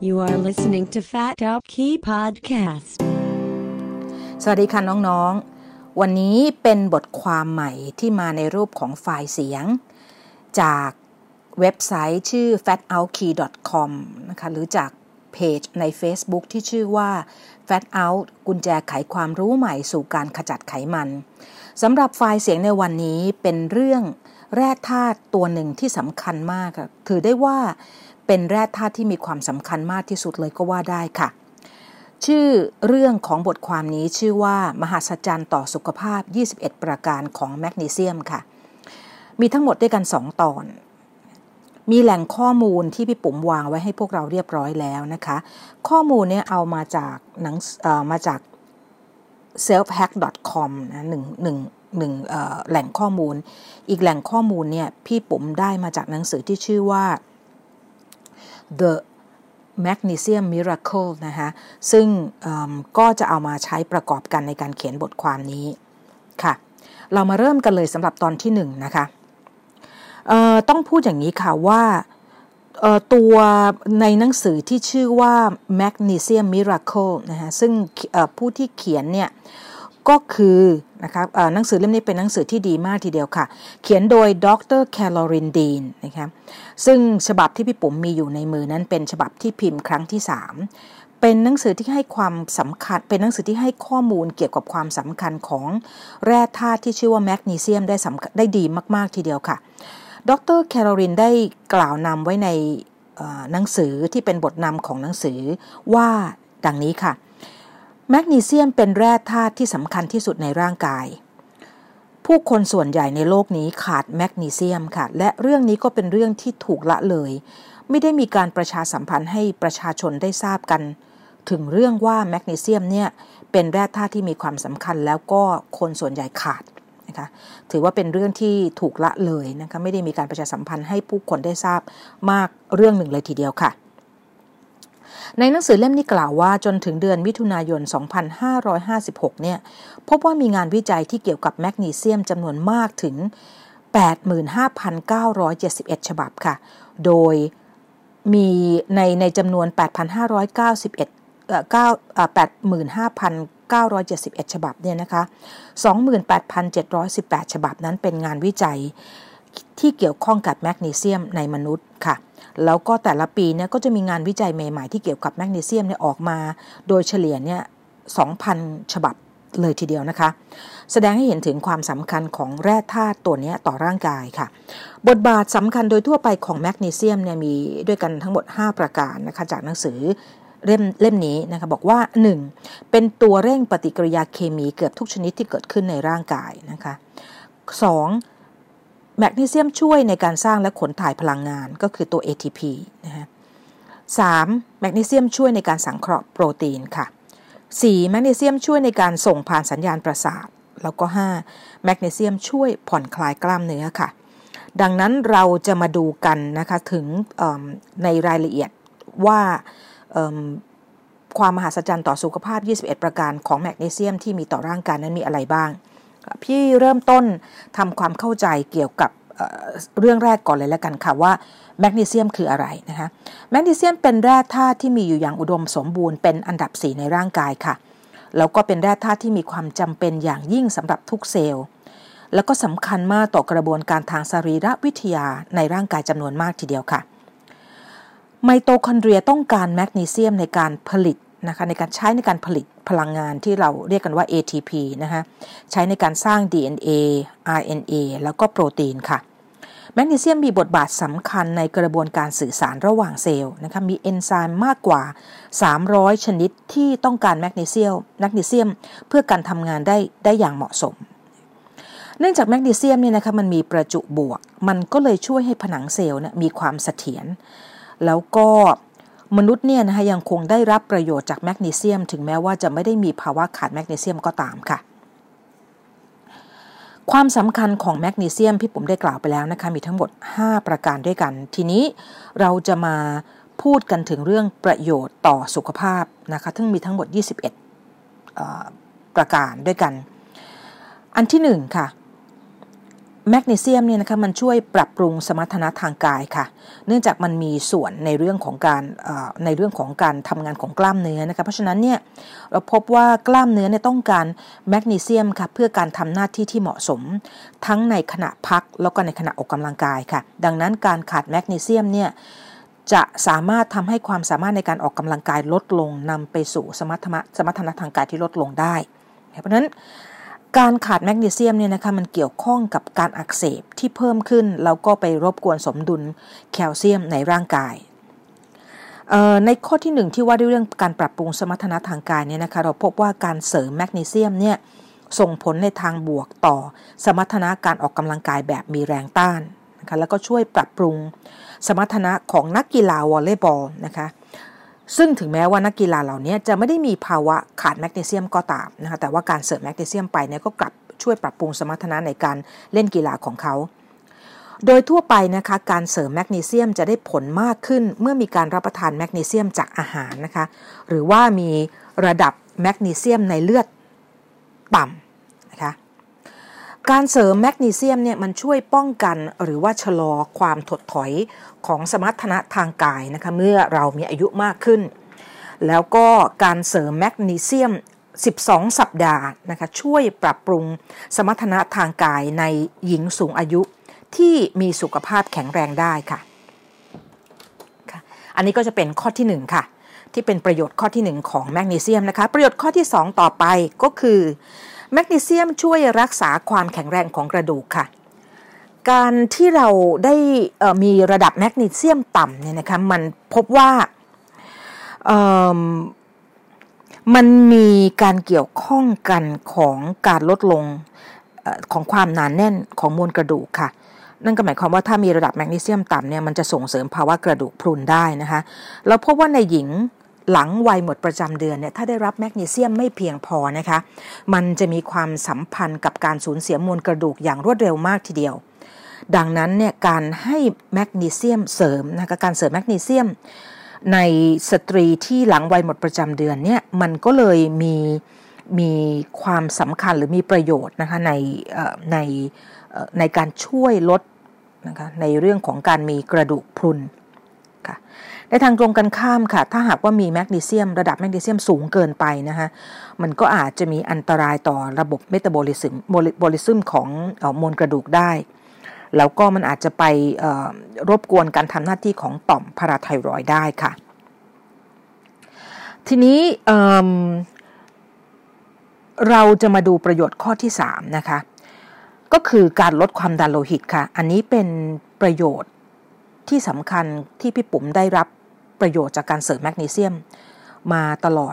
You are listening to Fat Up Key Podcast สวัสดีค่ะน้องๆวันนี้เป็นบทความใหม่ที่มาในรูปของไฟล์เสียงจากเว็บไซต์ชื่อ fatoutKey.com นะคะหรือจากเพจใน Facebook ที่ชื่อว่า Fat Out กุญแจไขความรู้ใหม่สู่การขจัดไขมันสำหรับไฟล์เสียงในวันนี้เป็นเรื่องแร่ธาตุตัวหนึ่งที่สำคัญมากถือได้ว่าเป็นแร่ธาตุที่มีความสำคัญมากที่สุดเลยก็ว่าได้ค่ะชื่อเรื่องของบทความนี้ชื่อว่ามหัศจรรย์ต่อสุขภาพ21ประการของแมกนีเซียมค่ะมีทั้งหมดด้วยกัน2ตอนมีแหล่งข้อมูลที่พี่ปุ๋มวางไว้ให้พวกเราเรียบร้อยแล้วนะคะข้อมูลเนี่ยเอามาจากมาจาก selfhack.com นะหนึ่งแหล่งข้อมูลอีกแหล่งข้อมูลเนี่ยพี่ปุ๋มได้มาจากหนังสือที่ชื่อว่า The Magnesium Miracle นะคะซึ่งก็จะเอามาใช้ประกอบกันในการเขียนบทความนี้ค่ะเรามาเริ่มกันเลยสำหรับตอนที่1นะคะต้องพูดอย่างนี้ค่ะว่าตัวในหนังสือที่ชื่อว่า Magnesium Miracle นะคะซึ่งผู้ที่เขียนเนี่ยก็คือนะคะหนังสือเล่มนี้เป็นหนังสือที่ดีมากทีเดียวค่ะเขียนโดยดร. แคโรลิน ดีนนะคะซึ่งฉบับที่พี่ปุ๋มมีอยู่ในมือนั้นเป็นฉบับที่พิมพ์ครั้งที่3เป็นหนังสือที่ให้ความสำคัญเป็นหนังสือที่ให้ข้อมูลเกี่ยวกับความสำคัญของแร่ธาตุที่ชื่อว่าแมกนีเซียมได้ดีมากๆทีเดียวค่ะดร. แคโรลินได้กล่าวนำไว้ในหนังสือที่เป็นบทนำของหนังสือว่าดังนี้ค่ะแมกนีเซียมเป็นแร่ธาตุที่สำคัญที่สุดในร่างกายผู้คนส่วนใหญ่ในโลกนี้ขาดแมกนีเซียมค่ะและเรื่องนี้ก็เป็นเรื่องที่ถูกละเลยไม่ได้มีการประชาสัมพันธ์ให้ประชาชนได้ทราบกันถึงเรื่องว่าแมกนีเซียมเนี่ยเป็นแร่ธาตุที่มีความสำคัญแล้วก็คนส่วนใหญ่ขาดนะคะถือว่าเป็นเรื่องที่ถูกละเลยนะคะไม่ได้มีการประชาสัมพันธ์ให้ผู้คนได้ทราบมากเรื่องหนึ่งเลยทีเดียวค่ะในหนังสือเล่มนี้กล่าวว่าจนถึงเดือนมิถุนายน 2556 เนี่ยพบว่ามีงานวิจัยที่เกี่ยวกับแมกนีเซียมจำนวนมากถึง 85,971 ฉบับค่ะโดยมีในจำนวน 85,971 ฉบับเนี่ยนะคะ 28,718 ฉบับนั้นเป็นงานวิจัยที่เกี่ยวข้องกับแมกนีเซียมในมนุษย์ค่ะแล้วก็แต่ละปีเนี่ยก็จะมีงานวิจัยใหม่ๆที่เกี่ยวกับแมกนีเซียมเนี่ยออกมาโดยเฉลี่ยเนี่ย 2,000 ฉบับเลยทีเดียวนะคะแสดงให้เห็นถึงความสำคัญของแร่ธาตุตัวนี้ต่อร่างกายค่ะบทบาทสำคัญโดยทั่วไปของแมกนีเซียมเนี่ยมีด้วยกันทั้งหมด5ประการนะคะจากหนังสือเล่มนี้นะคะบอกว่า1เป็นตัวเร่งปฏิกิริยาเคมีเกือบทุกชนิดที่เกิดขึ้นในร่างกายนะคะ2แมกนีเซียมช่วยในการสร้างและขนถ่ายพลังงานก็คือตัว ATP นะคะ3แมกนีเซียมช่วยในการสังเคราะห์โปรตีนค่ะ4แมกนีเซียมช่วยในการส่งผ่านสัญญาณประสาทแล้วก็5แมกนีเซียมช่วยผ่อนคลายกล้ามเนื้อค่ะดังนั้นเราจะมาดูกันนะคะถึงในรายละเอียดว่าความมหัศจรรย์ต่อสุขภาพ21ประการของแมกนีเซียมที่มีต่อร่างกายนั้นมีอะไรบ้างพี่เริ่มต้นทำความเข้าใจเกี่ยวกับเรื่องแรกก่อนเลยแล้วกันค่ะว่าแมกนีเซียมคืออะไรนะคะแมกนีเซียมเป็นแร่ธาตุที่มีอยู่อย่างอุดมสมบูรณ์เป็นอันดับ4ในร่างกายค่ะแล้วก็เป็นแร่ธาตุที่มีความจำเป็นอย่างยิ่งสำหรับทุกเซลล์แล้วก็สำคัญมากต่อกระบวนการทางสรีรวิทยาในร่างกายจำนวนมากทีเดียวค่ะไมโตคอนเดรียต้องการแมกนีเซียมในการผลิตนะคะในการใช้ในการผลิตพลังงานที่เราเรียกกันว่า ATP นะคะใช้ในการสร้าง DNA RNA แล้วก็โปรตีนค่ะแมกนีเซียมมีบทบาทสำคัญในกระบวนการสื่อสารระหว่างเซลล์นะคะมีเอนไซม์มากกว่า300ชนิดที่ต้องการแมกนีเซียมเพื่อการทำงานได้อย่างเหมาะสมเนื่องจากแมกนีเซียมเนี่ยนะคะมันมีประจุบวกมันก็เลยช่วยให้ผนังเซลล์เนี่ยมีความเสถียรแล้วก็มนุษย์เนี่ยนะคะยังคงได้รับประโยชน์จากแมกนีเซียมถึงแม้ว่าจะไม่ได้มีภาวะขาดแมกนีเซียมก็ตามค่ะความสำคัญของแมกนีเซียมพี่ผมได้กล่าวไปแล้วนะคะมีทั้งหมด5ประการด้วยกันทีนี้เราจะมาพูดกันถึงเรื่องประโยชน์ต่อสุขภาพนะคะซึ่งมีทั้งหมด21ประการด้วยกันอันที่1ค่ะแมกนีเซียมเนี่ยนะคะมันช่วยปรับปรุงสมรรถนะทางกายค่ะเนื่องจากมันมีส่วนในเรื่องของการทำงานของกล้ามเนื้อนะคะเพราะฉะนั้นเนี่ยเราพบว่ากล้ามเนื้อเนี่ยต้องการแมกนีเซียมค่ะเพื่อการทำหน้าที่ที่เหมาะสมทั้งในขณะพักแล้วก็ในขณะออกกำลังกายค่ะดังนั้นการขาดแมกนีเซียมเนี่ยจะสามารถทำให้ความสามารถในการออกกำลังกายลดลงนำไปสู่สมรรถนะทางกายที่ลดลงได้เพราะฉะนั้นการขาดแมกนีเซียมเนี่ยนะคะมันเกี่ยวข้องกับการอักเสบที่เพิ่มขึ้นแล้วก็ไปรบกวนสมดุลแคลเซียมในร่างกายในข้อที่1ที่ว่าด้วยเรื่องการปรับปรุงสมรรถนะทางกายเนี่ยนะคะเราพบว่าการเสริมแมกนีเซียมเนี่ยส่งผลในทางบวกต่อสมรรถนะการออกกำลังกายแบบมีแรงต้านนะคะแล้วก็ช่วยปรับปรุงสมรรถนะของนักกีฬาวอลเลย์บอลนะคะซึ่งถึงแม้ว่านักกีฬาเหล่านี้จะไม่ได้มีภาวะขาดแมกนีเซียมก็ตามนะคะแต่ว่าการเสริมแมกนีเซียมไปเนี่ยก็กลับช่วยปรับปรุงสมรรถนะในการเล่นกีฬาของเขาโดยทั่วไปนะคะการเสริมแมกนีเซียมจะได้ผลมากขึ้นเมื่อมีการรับประทานแมกนีเซียมจากอาหารนะคะหรือว่ามีระดับแมกนีเซียมในเลือดต่ำนะคะการเสริมแมกนีเซียมเนี่ยมันช่วยป้องกันหรือว่าชะลอความถดถอยของสมรรถนะทางกายนะคะเมื่อเรามีอายุมากขึ้นแล้วก็การเสริมแมกนีเซียม12 สัปดาห์นะคะช่วยปรับปรุงสมรรถนะทางกายในหญิงสูงอายุที่มีสุขภาพแข็งแรงได้ค่ะอันนี้ก็จะเป็นข้อที่1ค่ะที่เป็นประโยชน์ข้อที่1ของแมกนีเซียมนะคะประโยชน์ข้อที่2ต่อไปก็คือแมกนีเซียมช่วยรักษาความแข็งแรงของกระดูกค่ะการที่เราได้มีระดับแมกนีเซียมต่ำเนี่ยนะคะมันพบว่ามันมีการเกี่ยวข้องกันของการลดลงของความหนาแน่นของมวลกระดูกค่ะนั่นก็หมายความว่าถ้ามีระดับแมกนีเซียมต่ำเนี่ยมันจะส่งเสริมภาวะกระดูกพรุนได้นะคะแล้วพบว่าในหญิงหลังวัยหมดประจำเดือนเนี่ยถ้าได้รับแมกนีเซียมไม่เพียงพอนะคะมันจะมีความสัมพันธ์กับการสูญเสียมวลกระดูกอย่างรวดเร็วมากทีเดียวดังนั้นเนี่ยการให้แมกนีเซียมเสริมนะคะการเสริมแมกนีเซียมในสตรีที่หลังวัยหมดประจำเดือนเนี่ยมันก็เลยมีความสำคัญหรือมีประโยชน์นะคะในการช่วยลดนะคะในเรื่องของการมีกระดูกพรุนค่ะในทางตรงกันข้ามค่ะถ้าหากว่ามีแมกนีเซียมระดับแมกนีเซียมสูงเกินไปนะคะมันก็อาจจะมีอันตรายต่อระบบเมตาบอลิซึมของมวลกระดูกได้แล้วก็มันอาจจะไปรบกวนการทำหน้าที่ของต่อมพาราไทรอยด์ได้ค่ะทีนี้เราจะมาดูประโยชน์ข้อที่3นะคะก็คือการลดความดันโลหิตค่ะอันนี้เป็นประโยชน์ที่สำคัญที่พี่ปุ๋มได้รับประโยชน์จากการเสริมแมกนีเซียมมาตลอด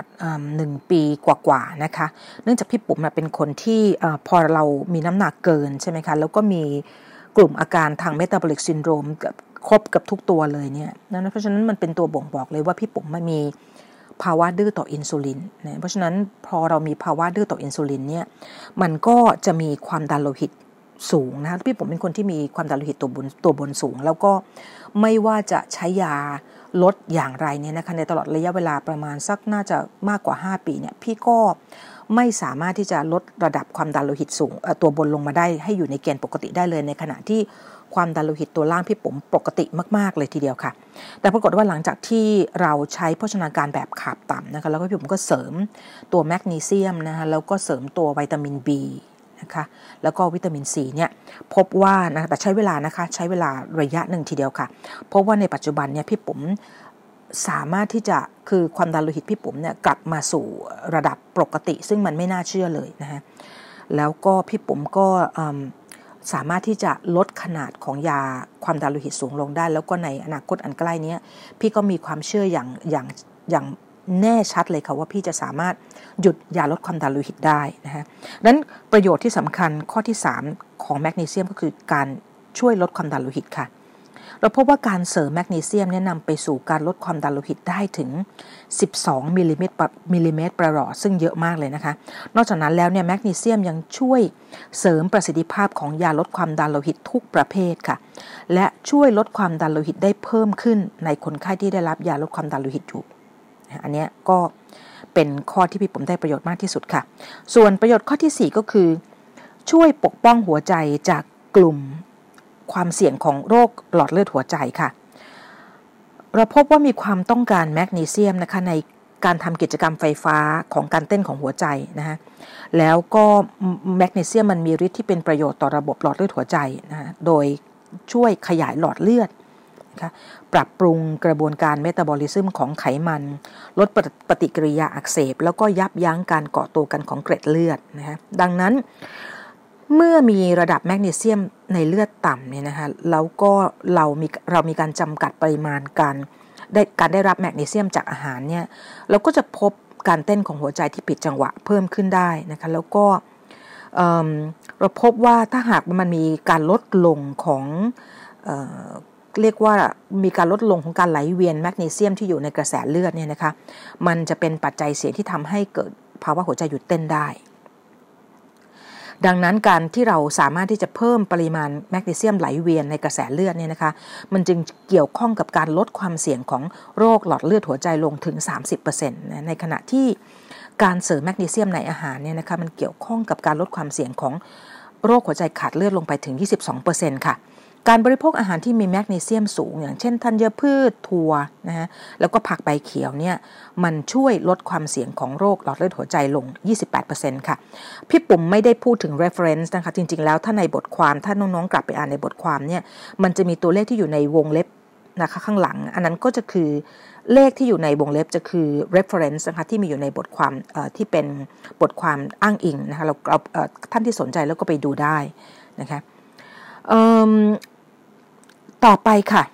1 ปีกว่าๆนะคะเนื่องจากพี่ปุ๋มเป็นคนที่พอเรามีน้ำหนักเกินใช่ไหมคะแล้วก็มีกลุ่มอาการทางเมตาบอลิกซินโดรมครบกับทุกตัวเลยเนี่ยนะเพราะฉะนั้นมันเป็นตัวบ่งบอกเลยว่าพี่ปุ๋มมันมีภาวะดื้อต่ออินซูลินนะเพราะฉะนั้นพอเรามีภาวะดื้อต่ออินซูลินเนี่ยมันก็จะมีความดันโลหิตสูงนะคะพี่ผมเป็นคนที่มีความดันโลหิตตัวบนสูงแล้วก็ไม่ว่าจะใช้ยาลดอย่างไรเนี่ยนะคะในตลอดระยะเวลาประมาณสักน่าจะมากกว่า5 ปีเนี่ยพี่ก็ไม่สามารถที่จะลดระดับความดันโลหิตสูงตัวบนลงมาได้ให้อยู่ในเกณฑ์ปกติได้เลยในขณะที่ความดันโลหิตตัวล่างพี่ผมปกติมากๆเลยทีเดียวค่ะแต่ปรากฏว่าหลังจากที่เราใช้โภชนาการแบบขาบต่ำนะคะแล้วก็พี่ผมก็เสริมตัวแมกนีเซียมนะคะแล้วก็เสริมตัววิตามิน B นะคะแล้วก็วิตามิน C เนี่ยพบว่านะแต่ใช้เวลานะคะใช้เวลาระยะหนึ่งทีเดียวค่ะเพราะว่าในปัจจุบันเนี่ยพี่ผมสามารถที่จะคือความดันโลหิตพี่ผมเนี่ยกลับมาสู่ระดับปกติซึ่งมันไม่น่าเชื่อเลยนะฮะแล้วก็พี่ผมก็สามารถที่จะลดขนาดของยาความดันโลหิตสูงลงได้แล้วก็ในอนาคตอันใกล้นี้พี่ก็มีความเชื่ออย่างแน่ชัดเลยค่ะว่าพี่จะสามารถหยุดยาลดความดันโลหิตได้นะฮะนั้นประโยชน์ที่สำคัญข้อที่3ของแมกนีเซียมก็คือการช่วยลดความดันโลหิตค่ะเราพบว่าการเสริมแมกนีเซียมนำไปสู่การลดความดันโลหิตได้ถึง12 มิลลิเมตรประหลอดซึ่งเยอะมากเลยนะคะนอกจากนั้นแล้วเนี่ยแมกนีเซียมยังช่วยเสริมประสิทธิภาพของยาลดความดันโลหิตทุกประเภทค่ะและช่วยลดความดันโลหิตได้เพิ่มขึ้นในคนไข้ที่ได้รับยาลดความดันโลหิตอยู่อันนี้ก็เป็นข้อที่พี่ผมได้ประโยชน์มากที่สุดค่ะส่วนประโยชน์ข้อที่4ก็คือช่วยปกป้องหัวใจจากกลุ่มความเสี่ยงของโรคหลอดเลือดหัวใจค่ะเราพบว่ามีความต้องการแมกนีเซียมนะคะในการทำกิจกรรมไฟฟ้าของการเต้นของหัวใจนะฮะแล้วก็แมกนีเซียมมันมีฤทธิ์ที่เป็นประโยชน์ต่อระบบหลอดเลือดหัวใจนะโดยช่วยขยายหลอดเลือดนะคะปรับปรุงกระบวนการเมตาบอลิซึมของไขมันลดปฏิกิริยาอักเสบแล้วก็ยับยั้งการเกาะตัวกันของเกล็ดเลือดนะคะดังนั้นเมื่อมีระดับแมกนีเซียมในเลือดต่ำเนี่ยนะคะแล้วก็เรามีการจำกัดปริมาณการได้รับแมกนีเซียมจากอาหารเนี่ยเราก็จะพบการเต้นของหัวใจที่ผิดจังหวะเพิ่มขึ้นได้นะคะแล้วก็เราพบว่าถ้าหากมันมีการลดลงของเรียกว่ามีการลดลงของการไหลเวียนแมกนีเซียมที่อยู่ในกระแสเลือดเนี่ยนะคะมันจะเป็นปัจจัยเสี่ยงที่ทำให้เกิดภาวะหัวใจหยุดเต้นได้ดังนั้นการที่เราสามารถที่จะเพิ่มปริมาณแมกนีเซียมไหลเวียนในกระแสเลือดเนี่ยนะคะมันจึงเกี่ยวข้องกับการลดความเสี่ยงของโรคหลอดเลือดหัวใจลงถึง 30% ในขณะที่การเสริมแมกนีเซียมในอาหารเนี่ยนะคะมันเกี่ยวข้องกับการลดความเสี่ยงของโรคหัวใจขาดเลือดลงไปถึง 22% ค่ะการบริโภคอาหารที่มีแมกนีเซียมสูงอย่างเช่นธัญพืชถั่วนะฮะแล้วก็ผักใบเขียวเนี่ยมันช่วยลดความเสี่ยงของโรคหลอดเลือดหัวใจลง 28% ค่ะพี่ปุ๋มไม่ได้พูดถึง reference นะคะจริงๆแล้วถ้าในบทความถ้าน้องๆกลับไปอ่านในบทความเนี่ยมันจะมีตัวเลขที่อยู่ในวงเล็บนะคะข้างหลังอันนั้นก็จะคือเลขที่อยู่ในวงเล็บจะคือ reference นะคะที่มีอยู่ในบทความที่เป็นบทความอ้างอิงนะคะเราท่านที่สนใจแล้วก็ไปดูได้นะคะต่อไปค่ะ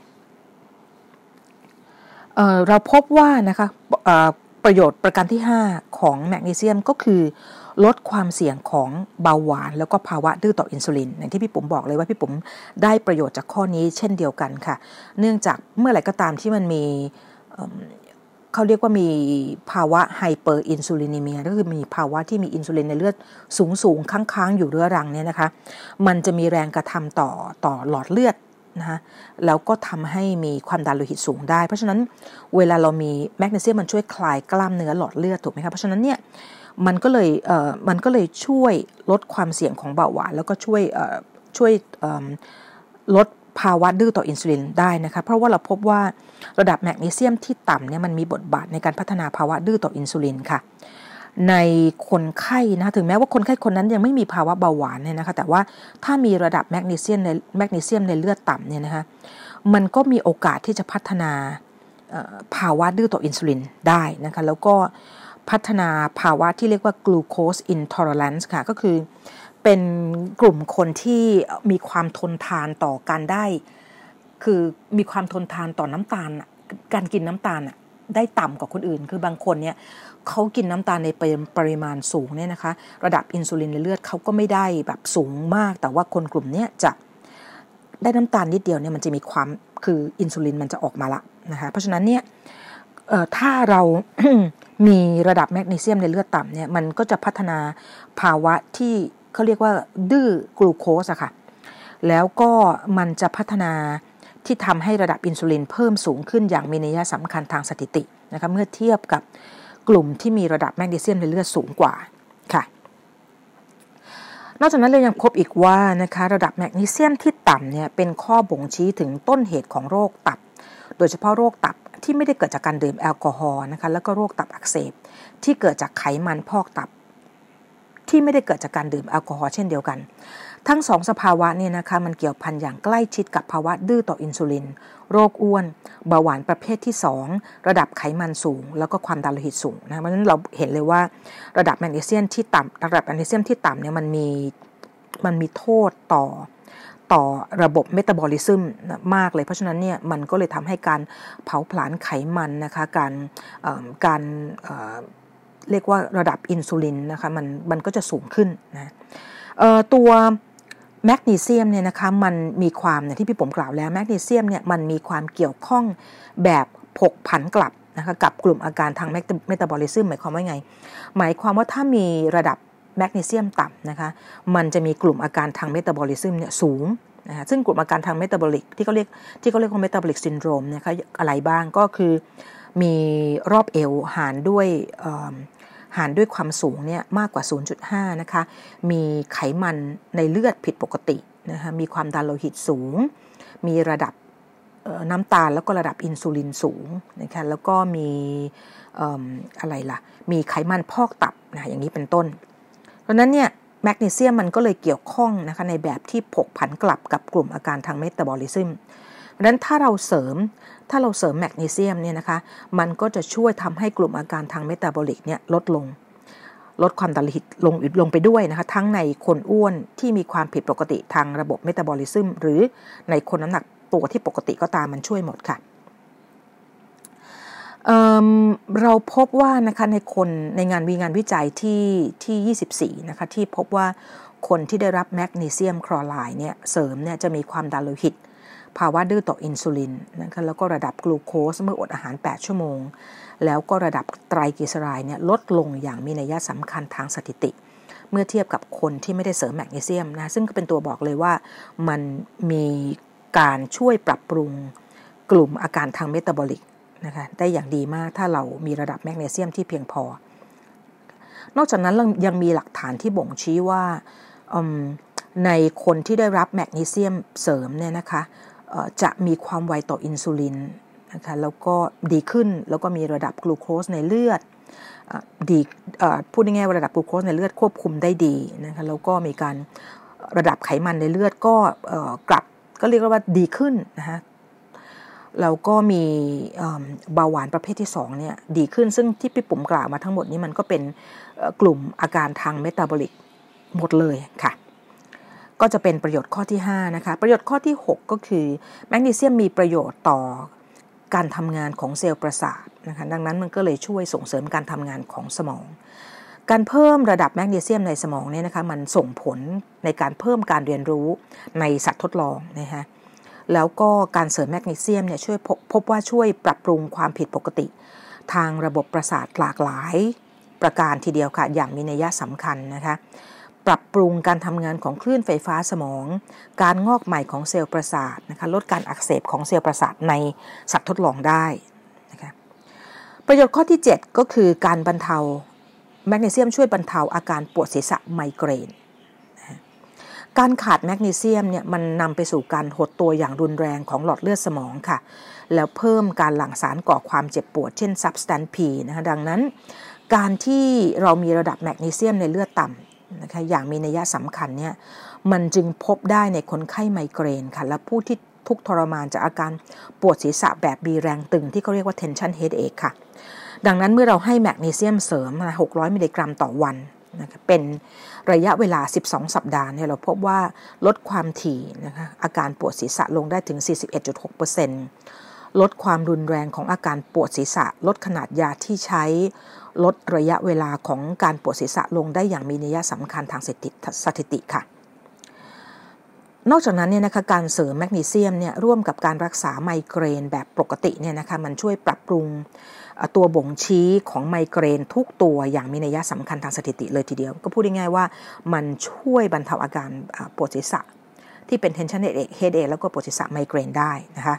เราพบว่านะคะประโยชน์ประการที่5ของแมกนีเซียมก็คือลดความเสี่ยงของเบาหวานแล้วก็ภาวะดื้อต่ออินซูลินอย่างที่พี่ปุ๋มบอกเลยว่าพี่ปุ๋มได้ประโยชน์จากข้อนี้เช่นเดียวกันค่ะเนื่องจากเมื่อไหร่ก็ตามที่มันมีเขาเรียกว่ามีภาวะไฮเปอร์อินซูลินีเมียก็คือมีภาวะที่มีอินซูลินในเลือดสูงค้างๆอยู่เรื้อรังเนี่ยนะคะมันจะมีแรงกระทำต่อหลอดเลือดนะคะแล้วก็ทำให้มีความดันโลหิตสูงได้เพราะฉะนั้นเวลาเรามีแมกนีเซียมมันช่วยคลายกล้ามเนื้อหลอดเลือดถูกไหมคะเพราะฉะนั้นเนี่ยมันก็เลยช่วยลดความเสี่ยงของเบาหวานแล้วก็ช่วยลดภาวะดื้อต่ออินซูลินได้นะคะเพราะว่าเราพบว่าระดับแมกนีเซียมที่ต่ำเนี่ยมันมีบทบาทในการพัฒนาภาวะดื้อต่ออินซูลินค่ะในคนไข้นะถึงแม้ว่าคนไข้คนนั้นยังไม่มีภาวะเบาหวานเนี่ยนะคะแต่ว่าถ้ามีระดับแมกนีเซียมในเลือดต่ำเนี่ยนะคะมันก็มีโอกาสที่จะพัฒนาภาวะดื้อต่ออินซูลินได้นะคะแล้วก็พัฒนาภาวะที่เรียกว่า glucose intolerance ค่ะก็คือเป็นกลุ่มคนที่มีความทนทานต่อการได้คือมีความทนทานต่อน้ำตาลการกินน้ำตาลได้ต่ำกว่าคนอื่นคือบางคนเนี่ยเขากินน้ำตาลในปริมาณสูงเนี่ยนะคะระดับอินซูลินในเลือดเขาก็ไม่ได้แบบสูงมากแต่ว่าคนกลุ่มนี้จะได้น้ำตาลนิดเดียวเนี่ยมันจะมีความคืออินซูลินมันจะออกมาละนะคะเพราะฉะนั้นเนี่ยถ้าเรา มีระดับแมกนีเซียมในเลือดต่ำเนี่ยมันก็จะพัฒนาภาวะที่เขาเรียกว่าดื้อกลูโคสอะค่ะแล้วก็มันจะพัฒนาที่ทำให้ระดับอินซูลินเพิ่มสูงขึ้นอย่างมีนัยสำคัญทางสถิตินะคะเมื่อเทียบกับกลุ่มที่มีระดับแมกนีเซียมในเลือดสูงกว่าค่ะนอกจากนั้นเรายังพบอีกว่านะคะระดับแมกนีเซียมที่ต่ำเนี่ยเป็นข้อบ่งชี้ถึงต้นเหตุของโรคตับโดยเฉพาะโรคตับที่ไม่ได้เกิดจากการดื่มแอลกอฮอล์นะคะแล้วก็โรคตับอักเสบที่เกิดจากไขมันพอกตับที่ไม่ได้เกิดจากการดื่มแอลกอฮอล์เช่นเดียวกันทั้ง2สภาวะเนี่ยนะคะมันเกี่ยวพันอย่างใกล้ชิดกับภาวะดื้อต่ออินซูลินโรคอ้วนเบาหวานประเภทที่2ระดับไขมันสูงแล้วก็ความดันโลหิตสูงนะเพราะฉะนั้นเราเห็นเลยว่าระดับแมกนีเซียมที่ต่ำระดับแมกนีเซียมที่ต่ำเนี่ยมันมีโทษต่อระบบเมตาบอลิซึมมากเลยเพราะฉะนั้นเนี่ยมันก็เลยทำให้การเผาผลาญไขมันนะคะการเรียกว่าระดับอินซูลินนะคะมันก็จะสูงขึ้นนะตัวแมกนีเซียมเนี่ยนะคะมันมีความที่พี่ผมกล่าวแล้วแมกนีเซียมเนี่ยมันมีความเกี่ยวข้องแบบผกผันกลับนะคะกับกลุ่มอาการทางเมตาบอลิซึมหมายความว่าไงหมายความว่าถ้ามีระดับแมกนีเซียมต่ำนะคะมันจะมีกลุ่มอาการทางเมตาบอลิซึมเนี่ยสูงนะคะซึ่งกลุ่มอาการทางเมตาบอลิกที่เขาเรียกว่าเมตาบอลิกซินโดรมนะคะอะไรบ้างก็คือมีรอบเอวหารด้วยความสูงเนี่ยมากกว่า 0.5 นะคะมีไขมันในเลือดผิดปกตินะคะมีความดันโลหิตสูงมีระดับน้ำตาลแล้วก็ระดับอินซูลินสูงนะคะแล้วก็มีอะไรล่ะมีไขมันพอกตับนะอย่างนี้เป็นต้นเพราะนั้นเนี่ยแมกนีเซียมมันก็เลยเกี่ยวข้องนะคะในแบบที่ผกผันกลับกับกลุ่มอาการทางเมตาบอลิซึมเพราะนั้นถ้าเราเสริมแมกนีเซียมเนี่ยนะคะมันก็จะช่วยทำให้กลุ่มอาการทางเมตาบอลิกเนี่ยลดความดันโลหิตลงไปด้วยนะคะทั้งในคนอ้วนที่มีความผิดปกติทางระบบเมตาบอลิซึมหรือในคนน้ำหนักตัวที่ปกติก็ตามมันช่วยหมดค่ะเราพบว่านะคะในงานวิจัยที่24นะคะที่พบว่าคนที่ได้รับแมกนีเซียมคลอไรด์เนี่ยเสริมเนี่ยจะมีความดันโลหิตภาวะดื้อต่ออินซูลินนะคะแล้วก็ระดับกลูโคสเมื่ออดอาหาร8ชั่วโมงแล้วก็ระดับไตรกลีเซอไรด์เนี่ยลดลงอย่างมีนัยสำคัญทางสถิติเมื่อเทียบกับคนที่ไม่ได้เสริมแมกนีเซียมนะซึ่งก็เป็นตัวบอกเลยว่ามันมีการช่วยปรับปรุงกลุ่มอาการทางเมตาบอลิกนะคะได้อย่างดีมากถ้าเรามีระดับแมกนีเซียมที่เพียงพอนอกจากนั้นยังมีหลักฐานที่บ่งชี้ว่าในคนที่ได้รับแมกนีเซียมเสริมเนี่ยนะคะจะมีความไวต่ออินซูลินนะคะแล้วก็ดีขึ้นแล้วก็มีระดับกลูโคสในเลือดพูดง่ายๆว่าระดับกลูโคสในเลือดควบคุมได้ดีนะคะแล้วก็มีการระดับไขมันในเลือดก็กลับก็เรียกว่าดีขึ้นนะคะแล้วก็มีเบาหวานประเภทที่2เนี่ยดีขึ้นซึ่งที่พี่ปุ๋มกล่าวมาทั้งหมดนี้มันก็เป็นกลุ่มอาการทางเมตาบอลิกหมดเลยค่ะก็จะเป็นประโยชน์ข้อที่5นะคะประโยชน์ข้อที่6ก็คือแมกนีเซียมมีประโยชน์ต่อการทำงานของเซลล์ประสาทนะคะดังนั้นมันก็เลยช่วยส่งเสริมการทำงานของสมองการเพิ่มระดับแมกนีเซียมในสมองเนี่ยนะคะมันส่งผลในการเพิ่มการเรียนรู้ในสัตว์ทดลองนะคะแล้วก็การเสริมแมกนีเซียมเนี่ยช่วยพบว่าช่วยปรับปรุงความผิดปกติทางระบบประสาทหลากหลายประการทีเดียวค่ะอย่างมีนัยสำคัญนะคะปรับปรุงการทำงานของคลื่นไฟฟ้าสมองการงอกใหม่ของเซลล์ประสาทนะคะลดการอักเสบของเซลล์ประสาทในสัตว์ทดลองได้นะคะประโยชน์ข้อที่7ก็คือการบรรเทาแมกนีเซียมช่วยบรรเทาอาการปวดศีรษะไมเกรนการขาดแมกนีเซียมเนี่ยมันนำไปสู่การหดตัวอย่างรุนแรงของหลอดเลือดสมองค่ะแล้วเพิ่มการหลั่งสารก่อความเจ็บปวดเช่น Substance P นะคะดังนั้นการที่เรามีระดับแมกนีเซียมในเลือดต่ำนะคะอย่างมีนัยสำคัญเนี่ยมันจึงพบได้ในคนไข้ไมเกรนค่ะและผู้ที่ทุกข์ทรมานจากอาการปวดศีรษะแบบมีแรงตึงที่เขาเรียกว่า tension headache ค่ะดังนั้นเมื่อเราให้แมกนีเซียมเสริม600มิลลิกรัมต่อวันนะคะเป็นระยะเวลา12สัปดาห์เนี่ยเราพบว่าลดความถี่นะคะอาการปวดศีรษะลงได้ถึง 41.6% ลดความรุนแรงของอาการปวดศีรษะลดขนาดยาที่ใช้ลดระยะเวลาของการปวดศีรษะลงได้อย่างมีนัยสำคัญทางสถิติค่ะนอกจากนั้นเนี่ยนะคะการเสริมแมกนีเซียมเนี่ยร่วมกับการรักษาไมเกรนแบบปกติเนี่ยนะคะมันช่วยปรับปรุงตัวบ่งชี้ของไมเกรนทุกตัวอย่างมีนัยสำคัญทางสถิติเลยทีเดียวก็พูดง่ายๆว่ามันช่วยบรรเทาอาการปวดศีรษะที่เป็น tension headache แล้วก็ปวดศีรษะไมเกรนได้นะคะ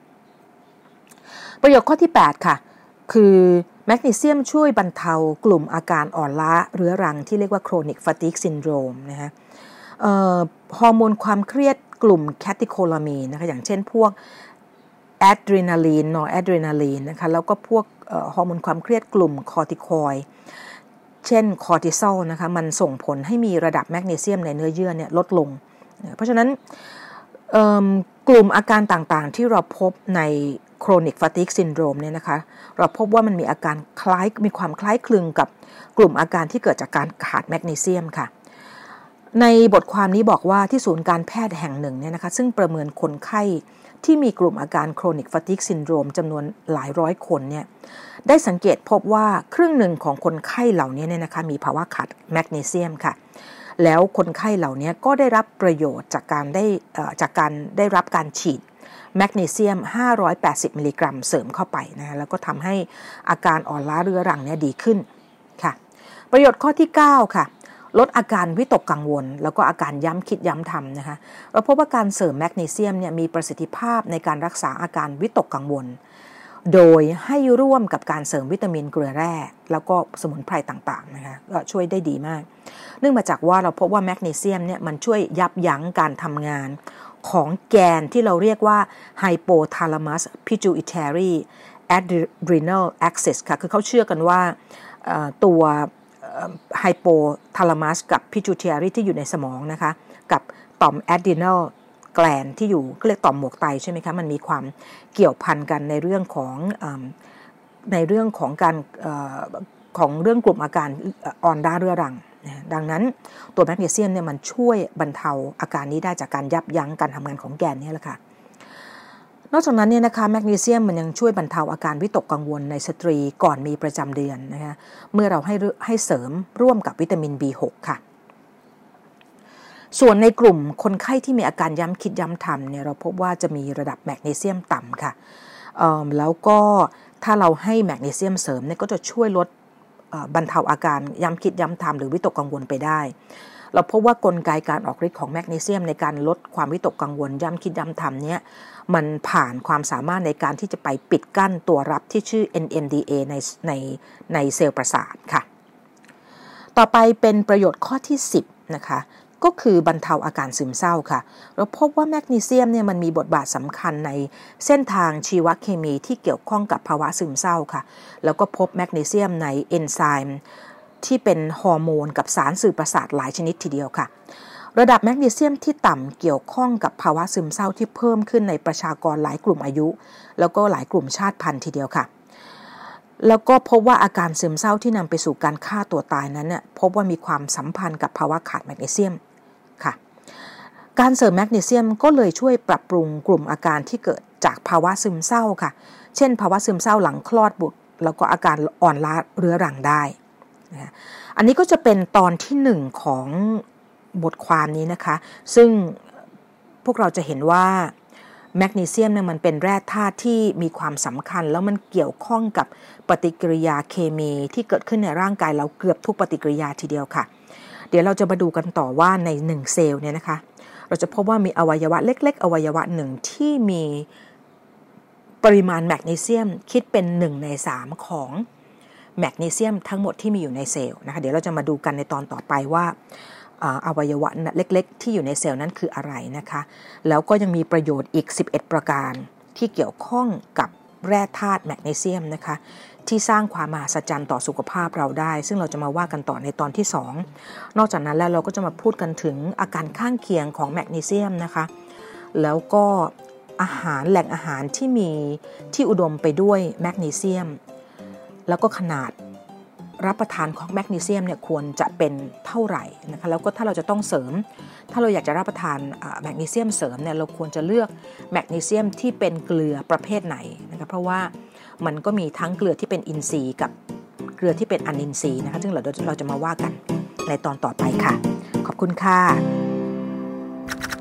ประโยชน์ข้อที่8ค่ะคือแมกนีเซียมช่วยบรรเทากลุ่มอาการอ่อนล้าเรื้อรังที่เรียกว่า chronic fatigue syndrome นะคะฮอร์โมนความเครียดกลุ่มแคทิโคลามีนนะคะอย่างเช่นพวกแอดรีนาลีนนอร์แอดรีนาลีนนะคะแล้วก็พวกฮอร์โมนความเครียดกลุ่มคอร์ติคอยด์เช่นคอร์ติซอลนะคะมันส่งผลให้มีระดับแมกนีเซียมในเนื้อเยื่อเนี่ยลดลงเพราะฉะนั้นกลุ่มอาการต่างๆที่เราพบใน chronic fatigue syndrome เนี่ยนะคะเราพบว่ามันมีอาการมีความคล้ายคลึงกับกลุ่มอาการที่เกิดจากการขาดแมกนีเซียมค่ะในบทความนี้บอกว่าที่ศูนย์การแพทย์แห่งหนึ่งเนี่ยนะคะซึ่งประเมินคนไข้ที่มีกลุ่มอาการ chronic fatigue syndrome จำนวนหลายร้อยคนเนี่ยได้สังเกตพบว่าครึ่งหนึ่งของคนไข้เหล่านี้เนี่ยนะคะมีภาวะขาดแมกนีเซียมค่ะแล้วคนไข้เหล่านี้ก็ได้รับประโยชน์จากการได้รับการฉีดแมกนีเซียม580มิลลิกรัมเสริมเข้าไปนะแล้วก็ทำให้อาการอ่อนล้าเรื้อรังเนี่ยดีขึ้นค่ะประโยชน์ข้อที่9ค่ะลดอาการวิตกกังวลแล้วก็อาการย้ำคิดย้ำทำนะคะเราพบว่าการเสริมแมกนีเซียมเนี่ยมีประสิทธิภาพในการรักษาอาการวิตกกังวลโดยให้ร่วมกับการเสริมวิตามินเกลือแร่แล้วก็สมุนไพรต่างๆนะคะก็ช่วยได้ดีมากเนื่องมาจากว่าเราพบว่าแมกนีเซียมเนี่ยมันช่วยยับยั้งการทำงานของแกนที่เราเรียกว่า hypothalamus pituitary adrenal axis ค่ะคือเขาเชื่อกันว่าตัวhypothalamus กับ pituitary ที่อยู่ในสมองนะคะกับต่อม adrenal gland ที่อยู่ก็เรียกต่อมหมวกไตใช่ไหมคะมันมีความเกี่ยวพันกันในเรื่องของการของเรื่องกลุ่มอาการอ่อนล้าเรื้อรังดังนั้นตัวแมกนีเซียมเนี่ยมันช่วยบรรเทาอาการนี้ได้จากการยับยั้งการทำงานของแกนนี่แหละค่ะนอกจากนั้นเนี่ยนะคะแมกนีเซียมมันยังช่วยบรรเทาอาการวิตกกังวลในสตรีก่อนมีประจำเดือนนะคะเมื่อเราให้เสริมร่วมกับวิตามิน B6 ค่ะส่วนในกลุ่มคนไข้ที่มีอาการย้ำคิดย้ำทำเนี่ยเราพบว่าจะมีระดับแมกนีเซียมต่ำค่ะแล้วก็ถ้าเราให้แมกนีเซียมเสริมเนี่ยก็จะช่วยลดบรรเทาอาการย้ำคิดย้ำทำหรือวิตกกังวลไปได้เราพบว่ากลไกการออกฤทธิ์ของแมกนีเซียมในการลดความวิตกกังวลย้ำคิดย้ำทำเนี่ยมันผ่านความสามารถในการที่จะไปปิดกั้นตัวรับที่ชื่อ NMDA ในเซลล์ประสาทค่ะต่อไปเป็นประโยชน์ข้อที่10นะคะก็คือบรรเทาอาการซึมเศร้าค่ะเราพบว่าแมกนีเซียมเนี่ยมันมีบทบาทสำคัญในเส้นทางชีวเคมีที่เกี่ยวข้องกับภาวะซึมเศร้าค่ะแล้วก็พบแมกนีเซียมในเอนไซม์ที่เป็นฮอร์โมนกับสารสื่อประสาทหลายชนิดทีเดียวค่ะระดับแมกนีเซียมที่ต่ำเกี่ยวข้องกับภาวะซึมเศร้าที่เพิ่มขึ้นในประชากรหลายกลุ่มอายุแล้วก็หลายกลุ่มชาติพันธุ์ทีเดียวค่ะแล้วก็พบว่าอาการซึมเศร้าที่นำไปสู่การฆ่าตัวตายนั้นเนี่ยพบว่ามีความสัมพันธ์กับภาวะขาดแมกนีเซียมค่ะการเสริมแมกนีเซียมก็เลยช่วยปรับปรุงกลุ่มอาการที่เกิดจากภาวะซึมเศร้าค่ะเช่นภาวะซึมเศร้าหลังคลอดบุตรแล้วก็อาการอ่อนล้าเรื้อรังได้นะอันนี้ก็จะเป็นตอนที่1ของบทความนี้นะคะซึ่งพวกเราจะเห็นว่าแมกนีเซียมเนี่ยมันเป็นแร่ธาตุที่มีความสำคัญแล้วมันเกี่ยวข้องกับปฏิกิริยาเคมีที่เกิดขึ้นในร่างกายเราเกือบทุกปฏิกิริยาทีเดียวค่ะเดี๋ยวเราจะมาดูกันต่อว่าใน1เซลล์เนี่ยนะคะเราจะพบว่ามีอวัยวะเล็กๆอวัยวะหนึ่งที่มีปริมาณแมกนีเซียมคิดเป็น1ใน3ของแมกนีเซียมทั้งหมดที่มีอยู่ในเซลล์นะคะเดี๋ยวเราจะมาดูกันในตอนต่อไปว่าอวัยวะเล็กๆที่อยู่ในเซลล์นั้นคืออะไรนะคะแล้วก็ยังมีประโยชน์อีก11ประการที่เกี่ยวข้องกับแร่ธาตุแมกนีเซียมนะคะที่สร้างความมหัศจรรย์ต่อสุขภาพเราได้ซึ่งเราจะมาว่ากันต่อในตอนที่2นอกจากนั้นแล้วเราก็จะมาพูดกันถึงอาการข้างเคียงของแมกนีเซียมนะคะแล้วก็แหล่งอาหารที่อุดมไปด้วยแมกนีเซียมแล้วก็ขนาดรับประทานของแมกนีเซียมเนี่ยควรจะเป็นเท่าไหร่นะคะแล้วก็ถ้าเราจะต้องเสริมถ้าเราอยากจะรับประทานแมกนีเซียมเสริมเนี่ยเราควรจะเลือกแมกนีเซียมที่เป็นเกลือประเภทไหนนะคะเพราะว่ามันก็มีทั้งเกลือที่เป็นอินทรีย์กับเกลือที่เป็นอนินทรีย์นะคะซึ่งเราจะมาว่ากันในตอนต่อไปค่ะขอบคุณค่ะ